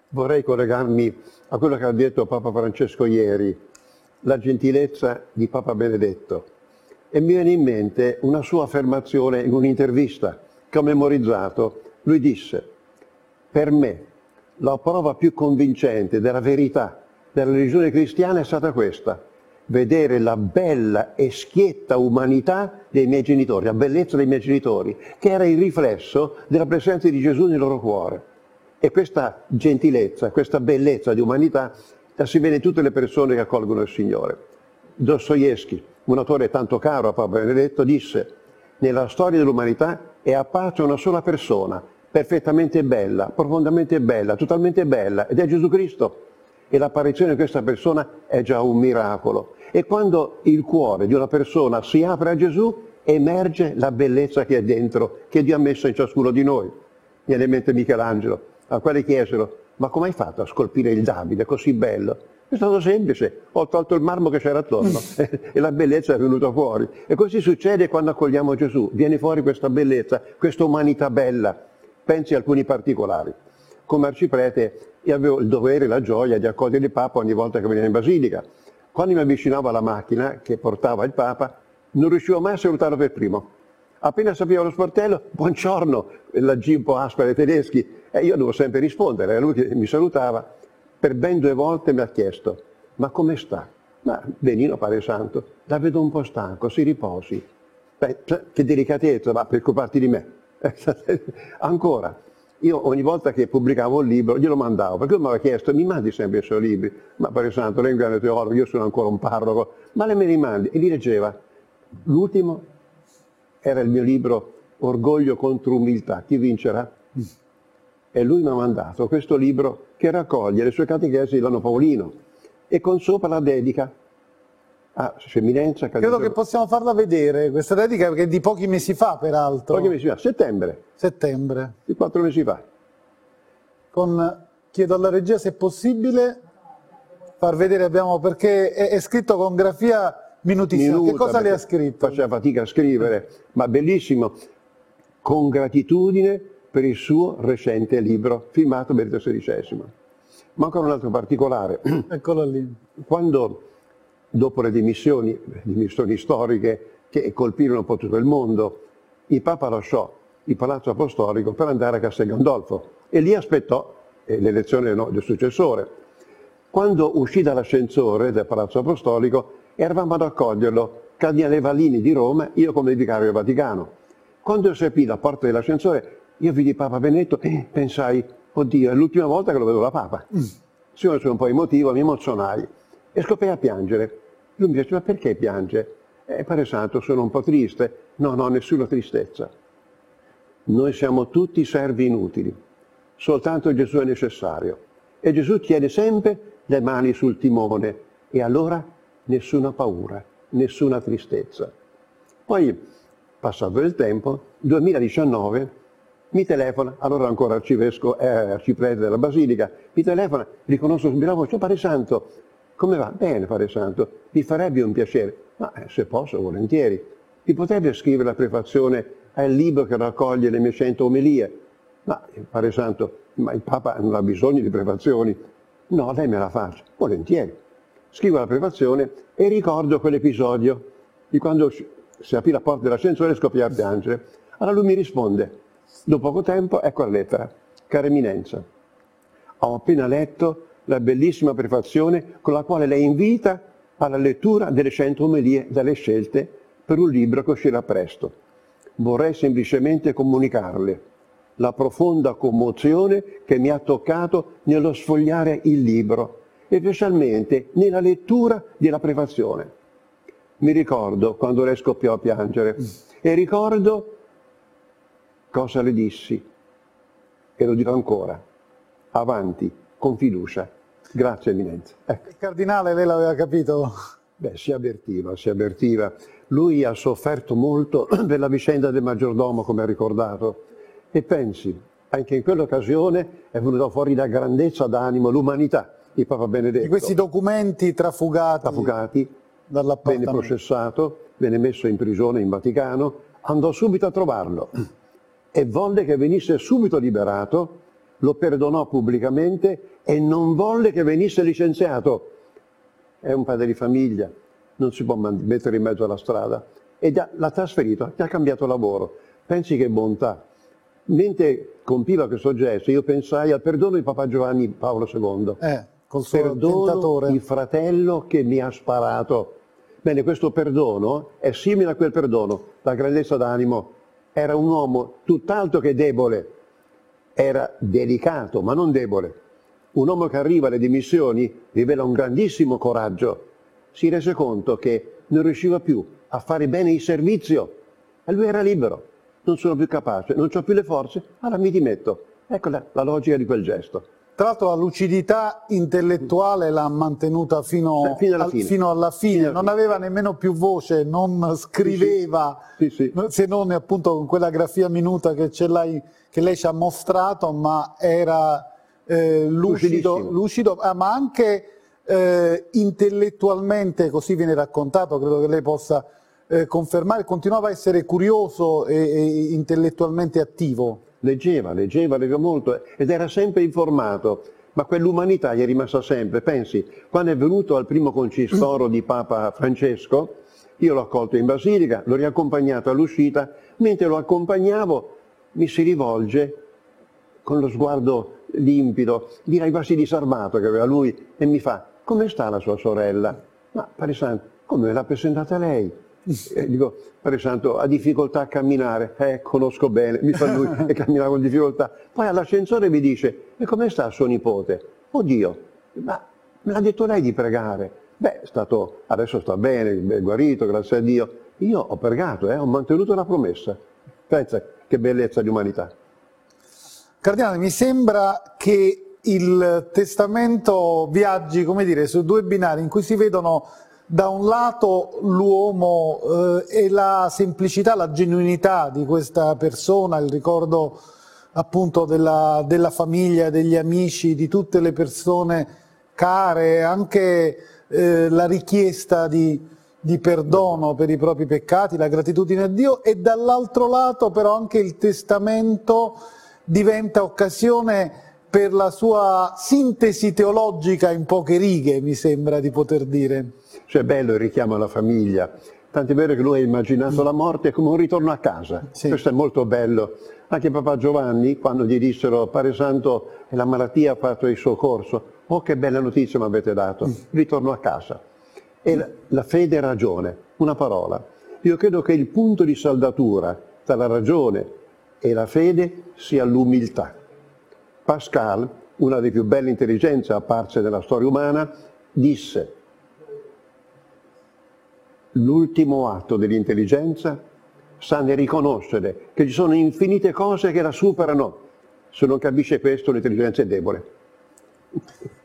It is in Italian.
Vorrei collegarmi a quello che ha detto Papa Francesco ieri, la gentilezza di Papa Benedetto. E mi viene in mente una sua affermazione in un'intervista che ho memorizzato. Lui disse: per me la prova più convincente della verità della religione cristiana è stata questa: vedere la bella e schietta umanità dei miei genitori, la bellezza dei miei genitori, che era il riflesso della presenza di Gesù nel loro cuore. E questa gentilezza, questa bellezza di umanità la si vede in tutte le persone che accolgono il Signore. Dostoevskij, un autore tanto caro a Papa Benedetto, disse: nella storia dell'umanità è apparsa una sola persona, perfettamente bella, profondamente bella, totalmente bella, ed è Gesù Cristo. E l'apparizione di questa persona è già un miracolo. E quando il cuore di una persona si apre a Gesù, emerge la bellezza che è dentro, che Dio ha messo in ciascuno di noi. Mi viene in mente Michelangelo, a quale chiesero: ma come hai fatto a scolpire il Davide così bello? È stato semplice, ho tolto il marmo che c'era attorno e la bellezza è venuta fuori. E così succede quando accogliamo Gesù, viene fuori questa bellezza, questa umanità bella. Pensi a alcuni particolari. Come arciprete io avevo il dovere e la gioia di accogliere il Papa ogni volta che veniva in basilica. Quando mi avvicinavo alla macchina che portava il Papa, non riuscivo mai a salutarlo per primo. Appena sapevo lo sportello, buongiorno, la G un po' aspra dei tedeschi, e io dovevo sempre rispondere, era lui che mi salutava. Per ben 2 volte mi ha chiesto: ma come sta? Ma benino, Padre Santo, la vedo un po' stanco, si riposi. Beh, che delicatezza, ma per occuparti di me. Ancora, io ogni volta che pubblicavo un libro glielo mandavo, perché lui mi aveva chiesto: mi mandi sempre i suoi libri? Ma Padre Santo, lei è un grande teologo, io sono ancora un parroco, ma lei me li mandi? E li leggeva. L'ultimo era il mio libro Orgoglio contro umiltà, chi vincerà? E lui mi ha mandato questo libro che raccoglie le sue catechesi dell'anno paolino e con sopra la dedica a Sua Eminenza. Credo che possiamo farla vedere, questa dedica, perché è di pochi mesi fa, peraltro. Pochi mesi fa, settembre. Settembre. Di 4 mesi fa. Chiedo alla regia se è possibile far vedere, perché è scritto con grafia minutissima. Che cosa le ha scritto? Faceva fatica a scrivere, ma bellissimo. Con gratitudine per il suo recente libro, firmato Benedetto XVI. Ma ancora un altro particolare. Eccolo lì. Quando, dopo le dimissioni storiche che colpirono un po' tutto il mondo, il Papa lasciò il Palazzo Apostolico per andare a Castel Gandolfo e lì aspettò l'elezione del successore. Quando uscì dall'ascensore del Palazzo Apostolico, eravamo ad accoglierlo, Cardinale Vallini di Roma, io come vicario del Vaticano. Quando si aprì la porta dell'ascensore, io vidi Papa Benedetto e pensai: oddio, è l'ultima volta che lo vedo da Papa. Siccome sono un po' emotivo, mi emozionai e scoppiai a piangere. Lui mi disse: ma perché piange? Padre Santo, sono un po' triste. No, nessuna tristezza. Noi siamo tutti servi inutili, soltanto Gesù è necessario. E Gesù tiene sempre le mani sul timone e allora nessuna paura, nessuna tristezza. Poi, passato del tempo, 2019, mi telefona, allora ancora arciprete della Basilica, mi telefona, riconosco subito la voce: Padre Santo, come va? Bene, Padre Santo, mi farebbe un piacere, ma se posso, volentieri, mi potrebbe scrivere la prefazione al libro che raccoglie le mie 100 omelie? Ma Padre Santo, ma il Papa non ha bisogno di prefazioni. No, lei me la faccia, volentieri. Scrivo la prefazione e ricordo quell'episodio di quando si aprì la porta dell'ascensore e scoppiai a piangere. Allora lui mi risponde, dopo poco tempo: ecco la lettera. Cara Eminenza, ho appena letto la bellissima prefazione con la quale lei invita alla lettura delle 100 omelie dalle scelte per un libro che uscirà presto. Vorrei semplicemente comunicarle la profonda commozione che mi ha toccato nello sfogliare il libro e specialmente nella lettura della prefazione. Mi ricordo quando lei scoppiò a piangere e ricordo cosa le dissi e lo dico ancora: avanti, con fiducia. Grazie Eminenza. Ecco. Il cardinale, lei l'aveva capito? Beh, si avvertiva. Lui ha sofferto molto per la vicenda del maggiordomo, come ha ricordato. E pensi, anche in quell'occasione è venuta fuori la grandezza d'animo, l'umanità di Papa Benedetto. Di questi documenti trafugati venne processato, venne messo in prigione in Vaticano, andò subito a trovarlo e volle che venisse subito liberato lo perdonò pubblicamente e non volle che venisse licenziato. È un padre di famiglia, non si può mettere in mezzo alla strada. E l'ha trasferito, ti ha cambiato lavoro. Pensi che bontà. Mentre compiva questo gesto, io pensai al perdono di Papa Giovanni Paolo II. Col suo Perdono tentatore. il fratello che mi ha sparato. Bene, questo perdono è simile a quel perdono, la grandezza d'animo. Era un uomo tutt'altro che debole, era delicato ma non debole. Un uomo che arriva alle dimissioni rivela un grandissimo coraggio. Si rese conto che non riusciva più a fare bene il servizio e lui era libero. Non sono più capace, non ho più le forze, allora mi dimetto. Ecco la logica di quel gesto. Tra l'altro la lucidità intellettuale l'ha mantenuta fino alla fine, non aveva nemmeno più voce, non scriveva, sì. se non appunto con quella grafia minuta che lei ci ha mostrato, ma era lucido, ma anche intellettualmente, così viene raccontato, credo che lei possa confermare, continuava a essere curioso e intellettualmente attivo. Leggeva molto ed era sempre informato, ma quell'umanità gli è rimasta sempre. Pensi, quando è venuto al primo concistoro di Papa Francesco, io l'ho accolto in basilica, l'ho riaccompagnato all'uscita, mentre lo accompagnavo mi si rivolge con lo sguardo limpido, direi quasi disarmato che aveva lui, e mi fa: come sta la sua sorella? Ma Padre Santo, come l'ha presentata lei? Dico: Padre Santo, ha difficoltà a camminare, conosco bene, mi fa lui e cammina con difficoltà. Poi all'ascensore mi dice: e come sta suo nipote? Oddio, ma me l'ha detto lei di pregare. Beh, adesso sta bene, è guarito, grazie a Dio. Io ho pregato, ho mantenuto la promessa. Pensa che bellezza di umanità. Cardinale, mi sembra che il testamento viaggi, come dire, su due binari in cui si vedono da un lato l'uomo e la semplicità, la genuinità di questa persona, il ricordo appunto della famiglia, degli amici, di tutte le persone care, anche la richiesta di perdono per i propri peccati, la gratitudine a Dio, e dall'altro lato però anche il testamento diventa occasione per la sua sintesi teologica in poche righe, mi sembra di poter dire. Cioè, bello il richiamo alla famiglia, tant'è vero che lui ha immaginato la morte come un ritorno a casa. Sì. Questo è molto bello. Anche Papa Giovanni, quando gli dissero: Padre Santo, la malattia ha fatto il suo corso, oh che bella notizia mi avete dato, ritorno a casa. E la fede e ragione, una parola. Io credo che il punto di saldatura tra la ragione e la fede sia l'umiltà. Pascal, una delle più belle intelligenze apparse nella storia umana, disse: l'ultimo atto dell'intelligenza sta nel riconoscere che ci sono infinite cose che la superano. Se non capisce questo, l'intelligenza è debole.